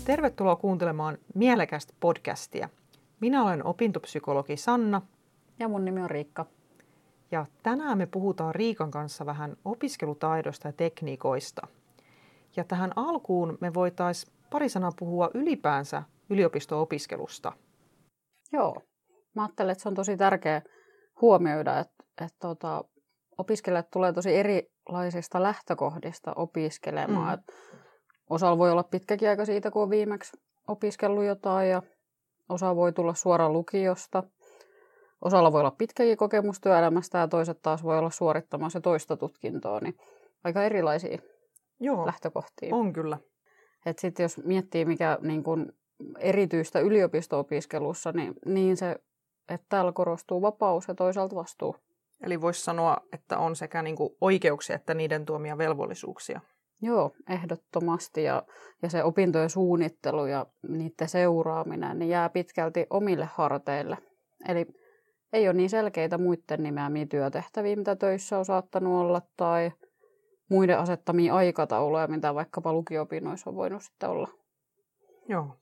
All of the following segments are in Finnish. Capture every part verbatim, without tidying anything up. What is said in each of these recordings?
Tervetuloa kuuntelemaan mielekästä podcastia. Minä olen opintopsykologi Sanna. Ja mun nimi on Riikka. Ja tänään me puhutaan Riikan kanssa vähän opiskelutaidoista ja tekniikoista. Ja tähän alkuun me voitaisiin pari sanaa puhua ylipäänsä yliopisto-opiskelusta. Joo, mä ajattelen, että se on tosi tärkeä huomioida, että, että tota, opiskelijat tulee tosi erilaisista lähtökohdista opiskelemaan. Mm. Osalla voi olla pitkäkin aika siitä, kun on viimeksi opiskellut jotain, ja osa voi tulla suoraan lukiosta. Osalla voi olla pitkäkin kokemus työelämästä, ja toiset taas voi olla suorittamassa toista tutkintoa, niin aika erilaisia Joo, lähtökohtia. On kyllä. Et sit jos miettii, mikä niin kun erityistä yliopisto-opiskelussa, niin, niin se, että täällä korostuu vapaus ja toisaalta vastuu. Eli voisi sanoa, että on sekä niinku oikeuksia että niiden tuomia velvollisuuksia. Joo, ehdottomasti. Ja, ja se opintojen suunnittelu ja niiden seuraaminen niin jää pitkälti omille harteille. Eli ei ole niin selkeitä muiden nimeämiä työtehtäviä, mitä töissä on saattanut olla, tai muiden asettamia aikatauluja, mitä vaikkapa lukio-opinnoissa on voinut sitten olla. Joo.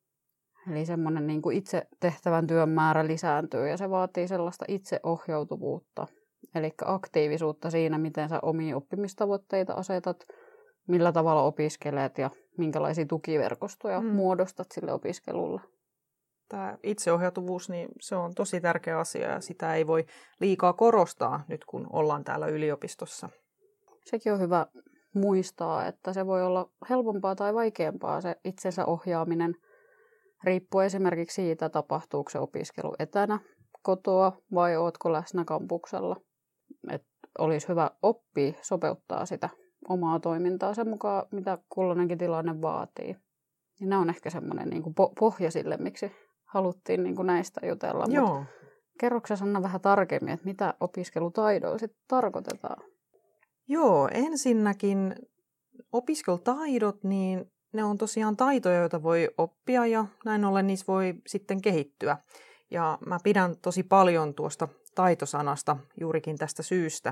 Eli semmoinen niin kuin itse tehtävän työn määrä lisääntyy, ja se vaatii sellaista itseohjautuvuutta. Eli aktiivisuutta siinä, miten sä omia oppimistavoitteita asetat, millä tavalla opiskelet ja minkälaisia tukiverkostoja mm. muodostat sille opiskelulle. Tämä itseohjautuvuus, niin se on tosi tärkeä asia, ja sitä ei voi liikaa korostaa nyt, kun ollaan täällä yliopistossa. Sekin on hyvä muistaa, että se voi olla helpompaa tai vaikeampaa se itsensä ohjaaminen. Riippuu esimerkiksi siitä, tapahtuuko se opiskelu etänä, kotoa vai ootko läsnä kampuksella. Et olisi hyvä oppia sopeuttaa sitä omaa toimintaa sen mukaan, mitä kulloinenkin tilanne vaatii. Ja nämä on ehkä semmoinen niin kuin pohja sille, miksi haluttiin niin kuin näistä jutella. Joo. Kerroksä Sanna vähän tarkemmin, että mitä opiskelutaidoilla sitten tarkoitetaan? Joo, ensinnäkin opiskelutaidot, niin ne on tosiaan taitoja, joita voi oppia, ja näin ollen niissä voi sitten kehittyä. Ja mä pidän tosi paljon tuosta taitosanasta juurikin tästä syystä.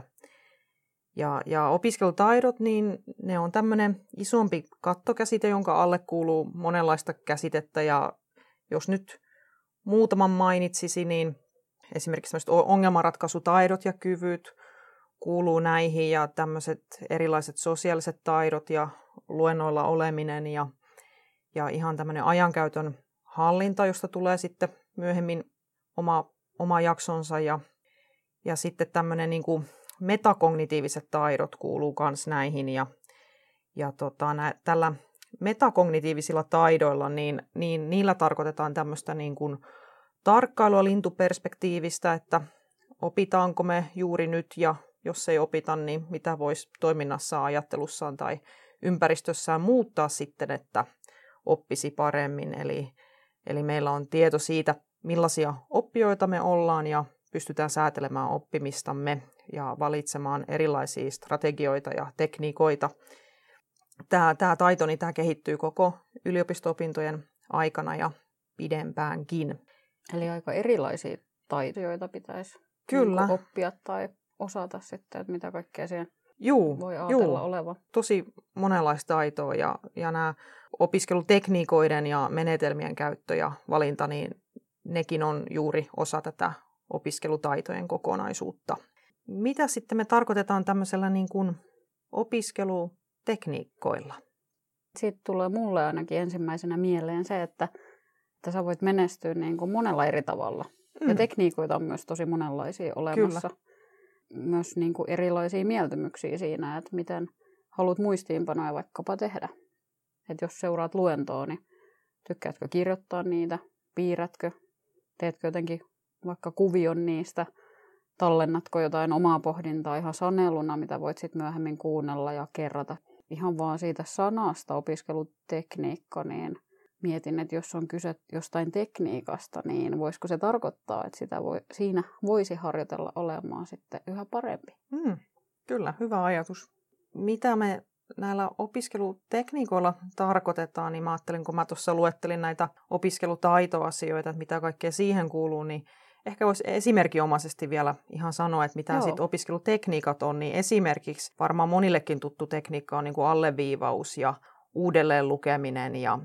Ja, ja opiskelutaidot, niin ne on tämmöinen isompi kattokäsite, jonka alle kuuluu monenlaista käsitettä. Ja jos nyt muutaman mainitsisi, niin esimerkiksi tämmöiset ongelmanratkaisutaidot ja kyvyt kuuluu näihin, ja tämmöiset erilaiset sosiaaliset taidot ja luennoilla oleminen ja, ja ihan tämmöinen ajankäytön hallinta, josta tulee sitten myöhemmin oma, oma jaksonsa. Ja, ja sitten tämmöinen niin kuin metakognitiiviset taidot kuuluu myös näihin. Ja, ja tota, nä, tällä metakognitiivisilla taidoilla, niin, niin niillä tarkoitetaan tämmöistä niin kuin tarkkailua lintuperspektiivistä, että opitaanko me juuri nyt, ja jos ei opita, niin mitä voisi toiminnassaan, ajattelussaan tai ympäristössään muuttaa sitten, että oppisi paremmin. Eli, eli meillä on tieto siitä, millaisia oppijoita me ollaan, ja pystytään säätelemään oppimistamme ja valitsemaan erilaisia strategioita ja tekniikoita. Tämä, tämä taito niin tämä kehittyy koko yliopisto-opintojen aikana ja pidempäänkin. Eli aika erilaisia taitoja, joita pitäisi Kyllä. Niin oppia tai osata sitten, että mitä kaikkea siihen juu, voi ajatella juu. olevan. Tosi monenlaista taitoa, ja, ja nämä opiskelutekniikoiden ja menetelmien käyttö ja valinta, niin nekin on juuri osa tätä opiskelutaitojen kokonaisuutta. Mitä sitten me tarkoitetaan tämmöisellä niin kuin opiskelutekniikoilla? Siitä tulee mulle ainakin ensimmäisenä mieleen se, että, että sä voit menestyä niin kuin monella eri tavalla. Mm. Ja tekniikoita on myös tosi monenlaisia olemassa. Kyllä. Myös niin kuin erilaisia mieltymyksiä siinä, että miten haluat muistiinpanoja vaikkapa tehdä. Että jos seuraat luentoa, niin tykkäätkö kirjoittaa niitä, piirrätkö, teetkö jotenkin vaikka kuvion niistä, tallennatko jotain omaa pohdintaa ihan saneluna, mitä voit sitten myöhemmin kuunnella ja kerrata. Ihan vaan siitä sanasta opiskelutekniikka, niin mietin, että jos on kyse jostain tekniikasta, niin voisiko se tarkoittaa, että sitä voi, siinä voisi harjoitella olemaan sitten yhä parempi? Mm, kyllä, hyvä ajatus. Mitä me näillä opiskelutekniikoilla tarkoitetaan, niin mä ajattelin, kun mä tuossa luettelin näitä opiskelutaitoasioita, että mitä kaikkea siihen kuuluu, niin ehkä voisi esimerkinomaisesti vielä ihan sanoa, että mitä sitten opiskelutekniikat on, niin esimerkiksi varmaan monillekin tuttu tekniikka on niin kuin alleviivaus ja uudelleen lukeminen ja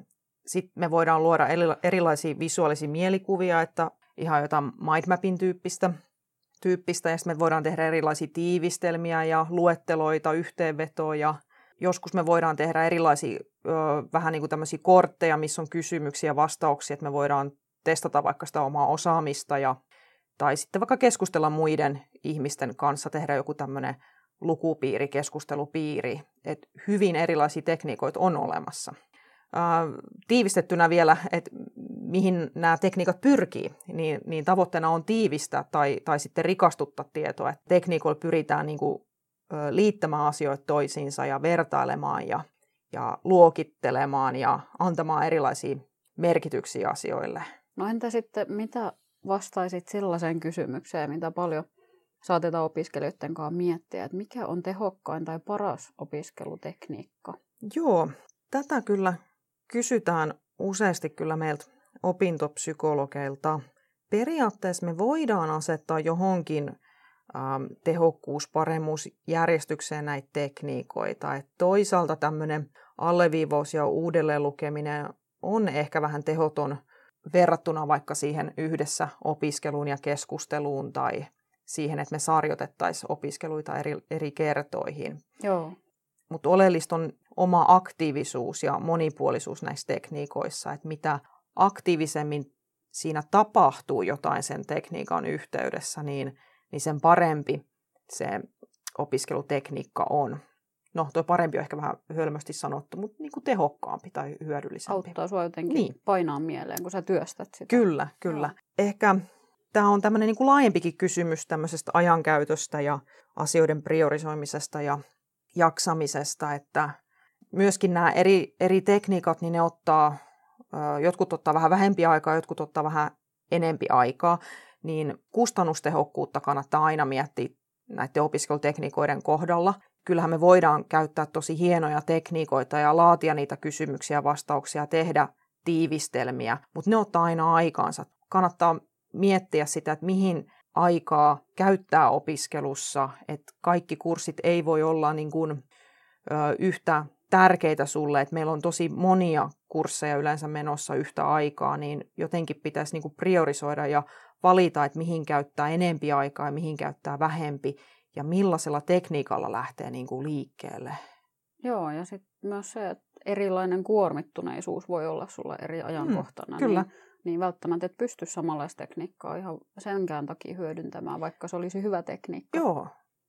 Sitten me voidaan luoda erilaisia visuaalisia mielikuvia, että ihan jotain mindmapin tyyppistä, tyyppistä. Ja sitten me voidaan tehdä erilaisia tiivistelmiä ja luetteloita, yhteenvetoja. Joskus me voidaan tehdä erilaisia ö, vähän niin kuin tämmöisiä kortteja, missä on kysymyksiä ja vastauksia, että me voidaan testata vaikka sitä omaa osaamista ja, tai sitten vaikka keskustella muiden ihmisten kanssa, tehdä joku tämmöinen lukupiiri, keskustelupiiri. Et hyvin erilaisia tekniikoita on olemassa. Äh, tiivistettynä vielä, että mihin nämä tekniikat pyrkii, niin, niin tavoitteena on tiivistää tai, tai sitten rikastuttaa tietoa. Et tekniikoilla pyritään niin kuin, ö, liittämään asioita toisiinsa ja vertailemaan ja, ja luokittelemaan ja antamaan erilaisia merkityksiä asioille. No entä sitten, mitä vastaisit sellaiseen kysymykseen, mitä paljon saatetaan opiskelijoiden kanssa miettiä, että mikä on tehokkain tai paras opiskelutekniikka? Joo, tätä kyllä kysytään useasti kyllä meiltä opintopsykologeilta. Periaatteessa me voidaan asettaa johonkin ähm, tehokkuus, paremmuus järjestykseen näitä tekniikoita. Et toisaalta tämmöinen alleviivaus ja uudelleen lukeminen on ehkä vähän tehoton verrattuna vaikka siihen yhdessä opiskeluun ja keskusteluun tai siihen, että me sarjoitettaisiin opiskeluita eri, eri kertoihin. Joo. Mutta oleellista on oma aktiivisuus ja monipuolisuus näissä tekniikoissa, että mitä aktiivisemmin siinä tapahtuu jotain sen tekniikan yhteydessä, niin, niin sen parempi se opiskelutekniikka on. No, tuo parempi on ehkä vähän hölmösti sanottu, mutta niin kuin tehokkaampi tai hyödyllisempi. Auttaa sinua jotenkin niin. painaa mieleen, kun sä työstät sitä. Kyllä, kyllä. No. Ehkä tämä on tämmöinen niin kuin laajempikin kysymys tämmöisestä ajankäytöstä ja asioiden priorisoimisesta ja jaksamisesta, että myöskin nämä eri, eri tekniikat, niin ne ottaa, jotkut ottaa vähän vähempi aikaa, jotkut ottaa vähän enempi aikaa, niin kustannustehokkuutta kannattaa aina miettiä näiden opiskelutekniikoiden kohdalla. Kyllähän me voidaan käyttää tosi hienoja tekniikoita ja laatia niitä kysymyksiä ja vastauksia, tehdä tiivistelmiä, mutta ne ottaa aina aikaansa. Kannattaa miettiä sitä, että mihin aikaa käyttää opiskelussa, että kaikki kurssit ei voi olla niin kuin, ö, yhtä tärkeitä sulle, että meillä on tosi monia kursseja yleensä menossa yhtä aikaa, niin jotenkin pitäisi niin kuin priorisoida ja valita, että mihin käyttää enempi aikaa ja mihin käyttää vähempi ja millaisella tekniikalla lähtee niin kuin liikkeelle. Joo, ja sitten myös se, että erilainen kuormittuneisuus voi olla sulla eri ajankohtana. Mm, kyllä. Niin, niin välttämättä et pysty samanlaista tekniikkaa ihan senkään takia hyödyntämään, vaikka se olisi hyvä tekniikka. Joo,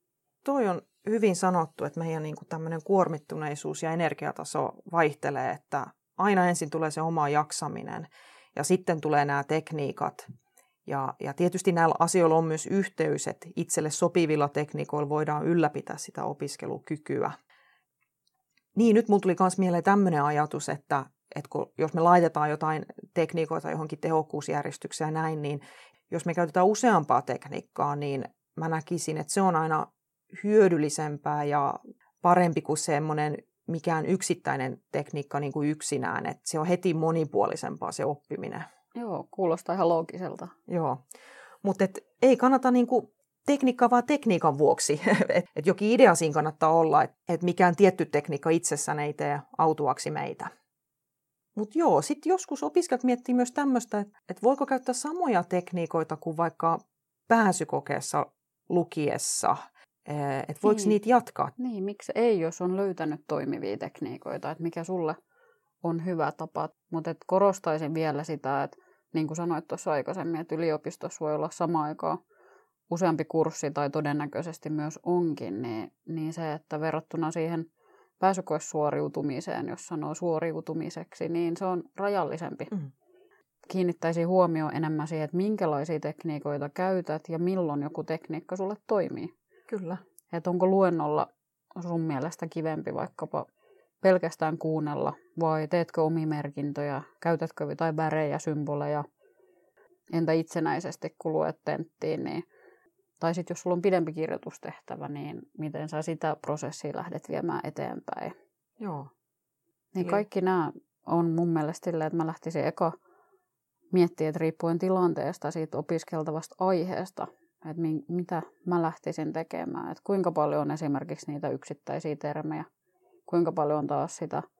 toi on hyvin sanottu, että meidän niin kuin tämmöinen kuormittuneisuus ja energiataso vaihtelee, että aina ensin tulee se oma jaksaminen ja sitten tulee nämä tekniikat. Ja, ja tietysti näillä asioilla on myös yhteys, että itselle sopivilla tekniikoilla voidaan ylläpitää sitä opiskelukykyä. Niin, nyt mulla tuli myös mieleen tämmöinen ajatus, että, että kun, jos me laitetaan jotain tekniikoita johonkin tehokkuusjärjestykseen ja näin, niin jos me käytetään useampaa tekniikkaa, niin mä näkisin, että se on aina hyödyllisempää ja parempi kuin semmoinen mikään yksittäinen tekniikka niin kuin yksinään. Että se on heti monipuolisempaa se oppiminen. Joo, kuulostaa ihan loogiselta. Joo, mutta ei kannata niinku tekniikkaa vaan tekniikan vuoksi. et, et jokin idea siinä kannattaa olla, että et mikään tietty tekniikka itsessään ei tee autuaksi meitä. Mutta joo, sitten joskus opiskelijat miettii myös tämmöistä, että et voiko käyttää samoja tekniikoita kuin vaikka pääsykokeessa lukiessa. Että voiko niin. niitä jatkaa? Niin, miksi ei, jos on löytänyt toimivia tekniikoita, että mikä sulle on hyvä tapa. Mutta korostaisin vielä sitä, että niin kuin sanoit tuossa aikaisemmin, että yliopistossa voi olla samaan aikaan useampi kurssi tai todennäköisesti myös onkin, niin, niin se, että verrattuna siihen pääsykoesuoriutumiseen, jos sanoo suoriutumiseksi, niin se on rajallisempi. Mm. Kiinnittäisin huomioon enemmän siihen, että minkälaisia tekniikoita käytät ja milloin joku tekniikka sulle toimii. Kyllä. Että onko luennolla sun mielestä kivempi vaikkapa pelkästään kuunnella vai teetkö omia merkintöjä, käytätkö jotain värejä, symboleja, entä itsenäisesti kun luet tenttiin, niin tai sitten jos sulla on pidempi kirjoitustehtävä, niin miten sä sitä prosessia lähdet viemään eteenpäin. Joo. Niin kaikki nämä on mun mielestä silleen, että mä lähtisin eka miettimään, että riippuen tilanteesta siitä opiskeltavasta aiheesta, että mi- mitä mä lähtisin tekemään. Että kuinka paljon on esimerkiksi niitä yksittäisiä termejä, kuinka paljon on taas sitä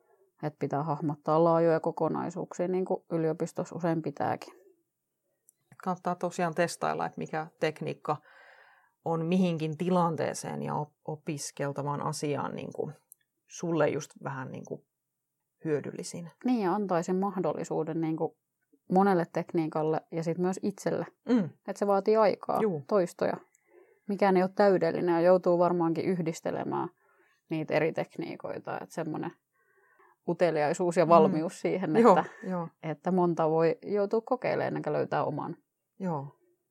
että pitää hahmottaa laajoja kokonaisuuksia, niin kuin yliopistossa usein pitääkin. Kannattaa tosiaan testailla, että mikä tekniikka on mihinkin tilanteeseen ja opiskeltavaan asiaan niin kuin sulle just vähän niin kuin hyödyllisin. Niin, ja antaisi mahdollisuuden niin kuin monelle tekniikalle ja sitten myös itselle. Mm. Että se vaatii aikaa, Juu. toistoja. Mikään ei ole täydellinen ja joutuu varmaankin yhdistelemään niitä eri tekniikoita. Että semmoinen uteliaisuus ja valmius mm. siihen, joo, että, joo. että monta voi joutua kokeilemaan ennen kuin löytää oman. Joo.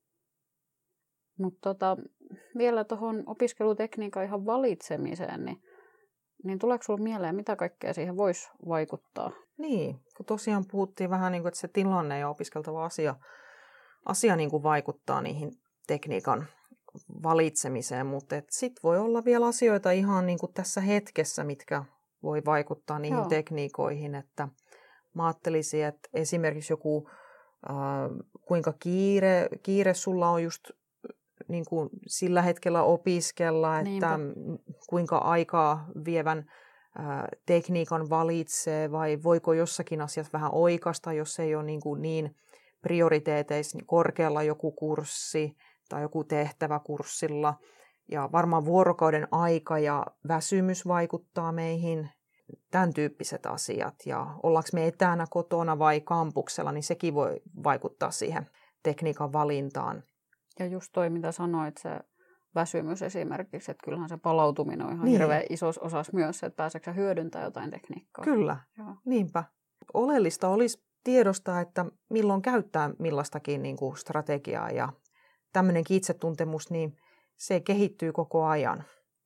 Mutta tota, vielä tuohon opiskelutekniikan ihan valitsemiseen, niin, niin tuleeko sinulle mieleen, mitä kaikkea siihen voisi vaikuttaa? Niin, kun tosiaan puhuttiin vähän niin kuin, että se tilanne ja opiskeltava asia, asia niin kuin vaikuttaa niihin tekniikan valitsemiseen, mutta sitten voi olla vielä asioita ihan niin kuin tässä hetkessä, mitkä voi vaikuttaa niihin Joo. tekniikoihin, että mä ajattelisin, että esimerkiksi joku, äh, kuinka kiire, kiire sulla on just niin kuin sillä hetkellä opiskella, että Niinpä. kuinka aikaa vievän äh, tekniikan valitsee vai voiko jossakin asiassa vähän oikasta, jos ei ole niin, kuin niin prioriteeteissa niin korkealla joku kurssi tai joku tehtävä kurssilla. Ja varmaan vuorokauden aika ja väsymys vaikuttaa meihin, tämän tyyppiset asiat. Ja ollaanko me etänä kotona vai kampuksella, niin sekin voi vaikuttaa siihen tekniikan valintaan. Ja just toi, mitä sanoit, se väsymys esimerkiksi, että kyllähän se palautuminen on ihan niin. hirveän isossa osassa myös, että pääseekö sä hyödyntämään jotain tekniikkaa. Kyllä, Joo. niinpä. Oleellista olisi tiedostaa, että milloin käyttää millaistakin niin kuin strategiaa ja tämmöinenkin itsetuntemus, niin se kehittyy koko ajan.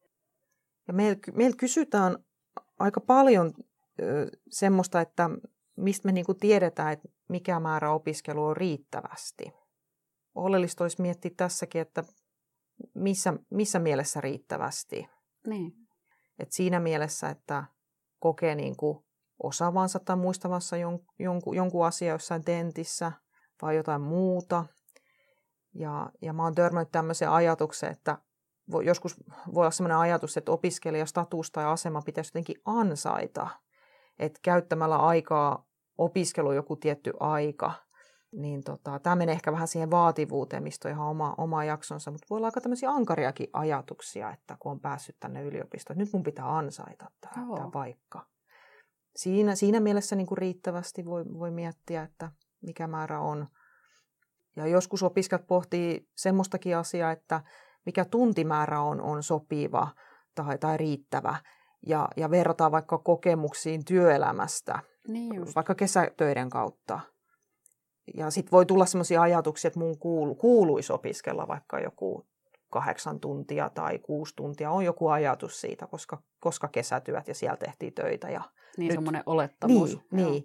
Ja meillä, meillä kysytään aika paljon ö, semmoista, että mistä me niin kuin tiedetään, että mikä määrä opiskelua on riittävästi. Oleellista olisi miettiä tässäkin, että missä, missä mielessä riittävästi. Niin. Et siinä mielessä, että kokee niin kuin osaavansa tai muistavansa jon, jonkun, jonkun asian jossain tentissä vai jotain muuta. Ja, ja mä oon törmännyt tämmöiseen ajatukseen, että voi, joskus voi olla sellainen ajatus, että opiskelijastatus tai asema pitäisi jotenkin ansaita. Että käyttämällä aikaa opiskelu joku tietty aika, niin tota, tämä menee ehkä vähän siihen vaativuuteen, mistä on ihan oma, oma jaksonsa, mutta voi olla aika tämmöisiä ankariakin ajatuksia, että kun on päässyt tänne yliopistoon, että nyt mun pitää ansaita tämä, tämä paikka. Siinä, siinä mielessä niin kuin riittävästi voi, voi miettiä, että mikä määrä on. Ja joskus opiskelijat pohtii semmoistakin asiaa, että mikä tuntimäärä on, on sopiva tai, tai riittävä. Ja, ja verrataan vaikka kokemuksiin työelämästä, niin vaikka kesätöiden kautta. Ja sitten voi tulla semmoisia ajatuksia, että mun kuulu, kuuluisi opiskella vaikka joku kahdeksan tuntia tai kuusi tuntia. On joku ajatus siitä, koska, koska kesätyöt ja siellä tehtiin töitä. Ja niin nyt, semmoinen olettamus. Niin, niin.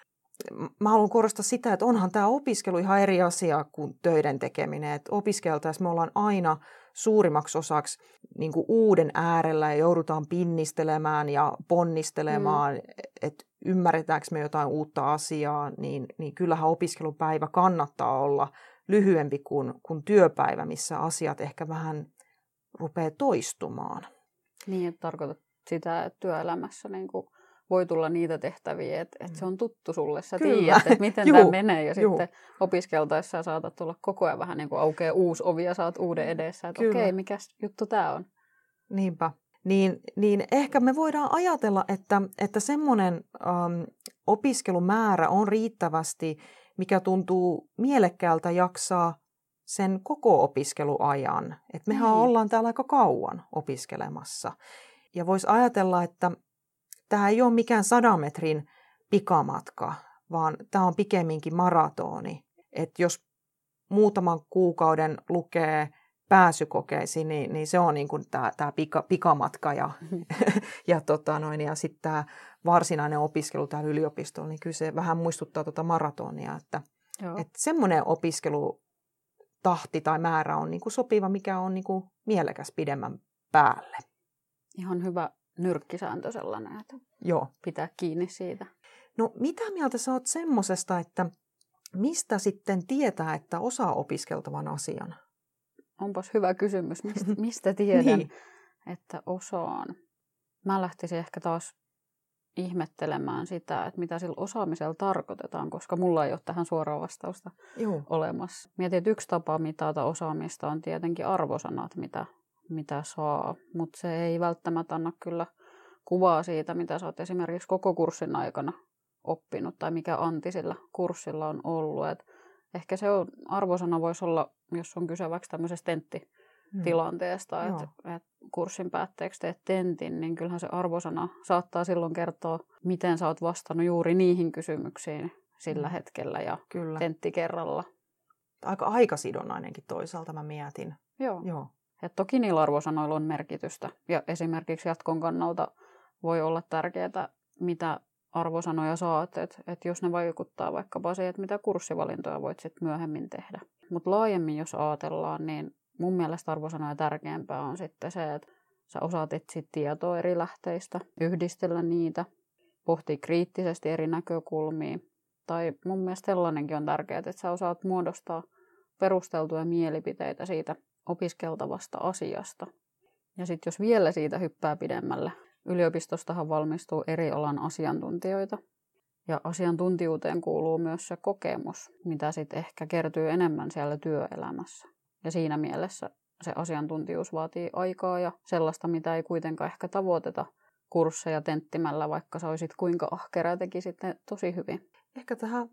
Mä haluan korostaa sitä, että onhan tämä opiskelu ihan eri asia kuin töiden tekeminen. Että opiskeltaessa me ollaan aina suurimmaksi osaksi niin kuin uuden äärellä ja joudutaan pinnistelemään ja ponnistelemaan, mm. että ymmärretäänkö me jotain uutta asiaa, niin, niin kyllähän opiskelupäivä kannattaa olla lyhyempi kuin, kuin työpäivä, missä asiat ehkä vähän rupeaa toistumaan. Niin, että tarkoitat sitä, että työelämässä niin kuin voi tulla niitä tehtäviä, että, että se on tuttu sulle, sä Kyllä. tiedät, että miten Juu, tämä menee, ja juu. sitten opiskeltaessa saatat tulla koko ajan vähän niin kuin aukeaa uusi ovi ja saat uuden edessä, että okei, okay, mikä juttu tämä on. Niinpä. Niin, niin ehkä me voidaan ajatella, että, että semmoinen ähm, opiskelumäärä on riittävästi, mikä tuntuu mielekkäältä jaksaa sen koko opiskeluajan. Että mehän niin. ollaan täällä aika kauan opiskelemassa. Ja voisi ajatella, että tämä ei ole mikään sadan metrin pikamatka, vaan tämä on pikemminkin maratoni. Että jos muutaman kuukauden lukee pääsykokeisiin, niin, niin se on niin kuin tämä, tämä pika, pikamatka ja, ja, tota noin, ja sitten tämä varsinainen opiskelu täällä yliopistolla, niin kyllä se vähän muistuttaa tuota maratonia, että, että semmoinen opiskelutahti tai määrä on niin kuin sopiva, mikä on niin kuin mielekäs pidemmän päälle. Ihan hyvä nyrkkisääntö sellainen, että Joo. pitää kiinni siitä. No mitä mieltä sä oot semmosesta, että mistä sitten tietää, että osaa opiskeltavan asian? Onpas hyvä kysymys. Mistä, mistä tiedän, niin. että osaan? Mä lähtisin ehkä taas ihmettelemään sitä, että mitä sillä osaamisella tarkoitetaan, koska mulla ei ole tähän suoraa vastausta Juu. olemassa. Mietin, että yksi tapa mitata osaamista on tietenkin arvosanat, mitä, mitä saa, mutta se ei välttämättä anna kyllä kuvaa siitä, mitä sä oot esimerkiksi koko kurssin aikana oppinut tai mikä anti sillä kurssilla on ollut. Et ehkä se on, arvosana voisi olla, jos on kyse vaikka tämmöisestä tenttitilanteesta, hmm. että et kurssin päätteeksi teet tentin, niin kyllähän se arvosana saattaa silloin kertoa, miten sä oot vastannut juuri niihin kysymyksiin sillä hmm. hetkellä ja Kyllä. tentti kerralla. Aika aikasidonnainenkin toisaalta mä mietin. Joo. Joo. Et toki niillä arvosanoilla on merkitystä ja esimerkiksi jatkon kannalta voi olla tärkeää, mitä arvosanoja saat, että et jos ne vaikuttaa vaikkapa siihen, että mitä kurssivalintoja voit sit myöhemmin tehdä. Mutta laajemmin, jos ajatellaan, niin mun mielestä arvosanoja tärkeämpää on sitten se, että sä osaat etsiä tietoa eri lähteistä, yhdistellä niitä, pohtia kriittisesti eri näkökulmia. Tai mun mielestä sellainenkin on tärkeää, että sä osaat muodostaa perusteltuja mielipiteitä siitä opiskeltavasta asiasta. Ja sitten jos vielä siitä hyppää pidemmälle, yliopistostahan valmistuu eri alan asiantuntijoita. Ja asiantuntijuuteen kuuluu myös se kokemus, mitä sitten ehkä kertyy enemmän siellä työelämässä. Ja siinä mielessä se asiantuntijuus vaatii aikaa ja sellaista, mitä ei kuitenkaan ehkä tavoiteta kursseja tenttimällä, vaikka sä olisit kuinka ahkera ja tekisit ne tosi hyvin. Ehkä tähän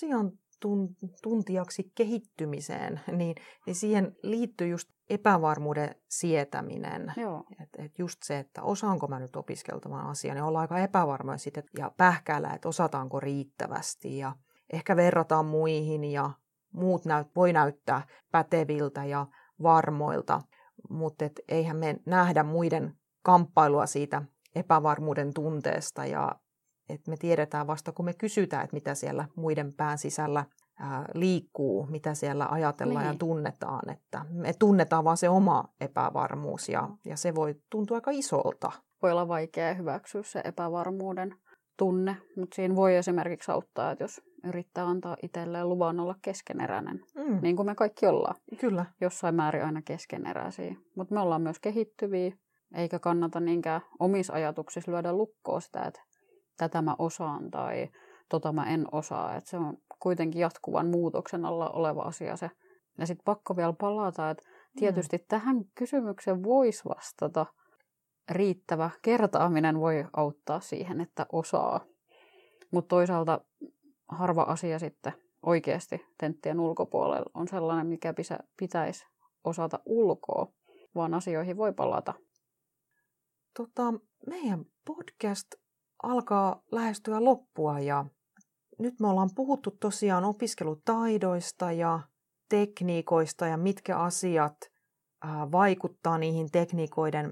asiantuntijaksi kehittymiseen, niin, niin siihen liittyy just epävarmuuden sietäminen. Että et just se, että osaanko mä nyt opiskeltavan asian, niin ollaan aika epävarmoja sitten ja pähkäillä, että osataanko riittävästi ja ehkä verrataan muihin ja muut näyt, voi näyttää päteviltä ja varmoilta, mutta et eihän me nähdä muiden kamppailua siitä epävarmuuden tunteesta ja että me tiedetään vasta, kun me kysytään, että mitä siellä muiden pään sisällä ää, liikkuu, mitä siellä ajatellaan niin. ja tunnetaan. Että me tunnetaan vaan se oma epävarmuus ja, ja se voi tuntua aika isolta. Voi olla vaikea hyväksyä se epävarmuuden tunne, mutta siinä voi esimerkiksi auttaa, että jos yrittää antaa itselleen luvan olla keskeneräinen, mm. niin kuin me kaikki ollaan. Kyllä. Jossain määrin aina keskeneräisiä, mutta me ollaan myös kehittyviä, eikä kannata niinkään omissa ajatuksissa lyödä lukkoon sitä, että tätä mä osaan tai tota mä en osaa. Että se on kuitenkin jatkuvan muutoksen alla oleva asia se. Ja sitten pakko vielä palata, että tietysti mm. tähän kysymykseen voisi vastata. Riittävä kertaaminen voi auttaa siihen, että osaa. Mutta toisaalta harva asia sitten oikeasti tenttien ulkopuolella on sellainen, mikä pitäisi osata ulkoa, vaan asioihin voi palata. Tota, meidän podcast alkaa lähestyä loppua ja nyt me ollaan puhuttu tosiaan opiskelutaidoista ja tekniikoista ja mitkä asiat ää, vaikuttaa niihin tekniikoiden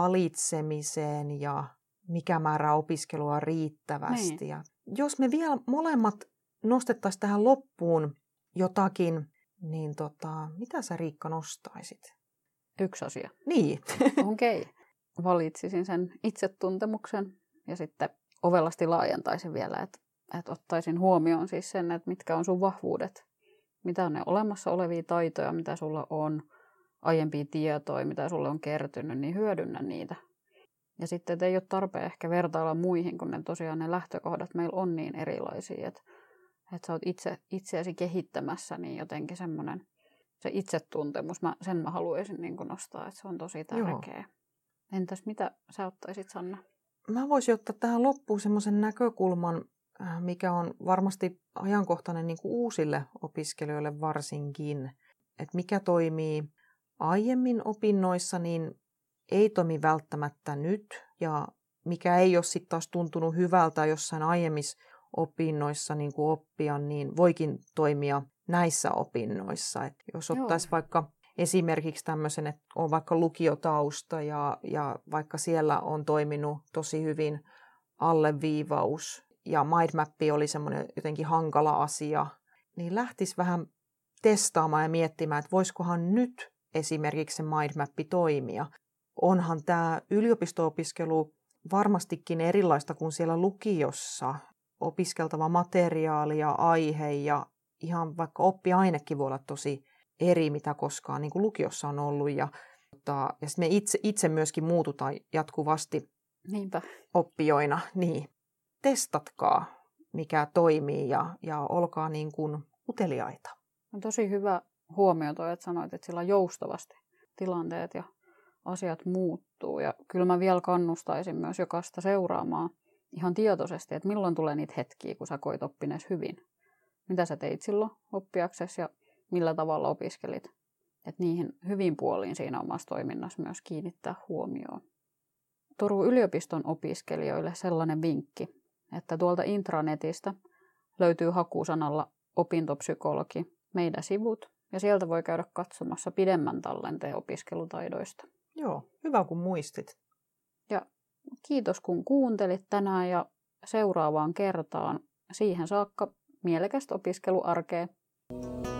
valitsemiseen ja mikä määrä opiskelua riittävästi. Niin. Ja jos me vielä molemmat nostettaisiin tähän loppuun jotakin, niin tota, mitä sä Riikka nostaisit? Yksi asia. Niin. Okei. Okay. Valitsisin sen itsetuntemuksen. Ja sitten ovelasti laajentaisin vielä, että, että ottaisin huomioon siis sen, että mitkä on sun vahvuudet. Mitä on ne olemassa olevia taitoja, mitä sulla on, aiempia tietoja, mitä sulle on kertynyt, niin hyödynnä niitä. Ja sitten, että ei ole tarpeen ehkä vertailla muihin, kun ne tosiaan ne lähtökohdat meillä on niin erilaisia, että, että sä oot itse, itseäsi kehittämässä, niin jotenkin semmoinen se itsetuntemus, mä, sen mä haluaisin niin kuin nostaa, että se on tosi tärkeä. Joo. Entäs mitä sä ottaisit, Sanna? Mä voisin ottaa tähän loppuun semmoisen näkökulman, mikä on varmasti ajankohtainen niin kuin uusille opiskelijoille varsinkin. Että mikä toimii aiemmin opinnoissa, niin ei toimi välttämättä nyt. Ja mikä ei ole sitten taas tuntunut hyvältä jossain aiemmissa opinnoissa niin kuin oppia, niin voikin toimia näissä opinnoissa. Et jos ottaisi Joo. vaikka esimerkiksi tämmöisen, että on vaikka lukiotausta ja, ja vaikka siellä on toiminut tosi hyvin alleviivaus ja mindmappi oli semmoinen jotenkin hankala asia, niin lähtisi vähän testaamaan ja miettimään, että voisikohan nyt esimerkiksi se mindmappi toimia. Onhan tämä yliopisto-opiskelu varmastikin erilaista kuin siellä lukiossa. Opiskeltava materiaali ja aihe ja ihan vaikka oppiainekin voi olla tosi eri, mitä koskaan niin kuin lukiossa on ollut. Ja, ja sitten me itse, itse myöskin muututaan jatkuvasti Niinpä. oppijoina. Niin. testatkaa, mikä toimii ja, ja olkaa niin kuin uteliaita. On tosi hyvä huomio toi, että sanoit, että sillä joustavasti tilanteet ja asiat muuttuu. Ja kyllä mä vielä kannustaisin myös jokaista seuraamaan ihan tietoisesti, että milloin tulee niitä hetkiä, kun sä koit oppinees hyvin. Mitä sä teit silloin oppiaksesi ja millä tavalla opiskelit. Että niihin hyvin puoliin siinä omassa toiminnassa myös kiinnittää huomioon. Turun yliopiston opiskelijoille sellainen vinkki, että tuolta intranetistä löytyy hakusanalla opintopsykologi meidän sivut, ja sieltä voi käydä katsomassa pidemmän tallenteen opiskelutaidoista. Joo, hyvä kun muistit. Ja kiitos kun kuuntelit tänään ja seuraavaan kertaan. Siihen saakka mielekästä opiskeluarkea.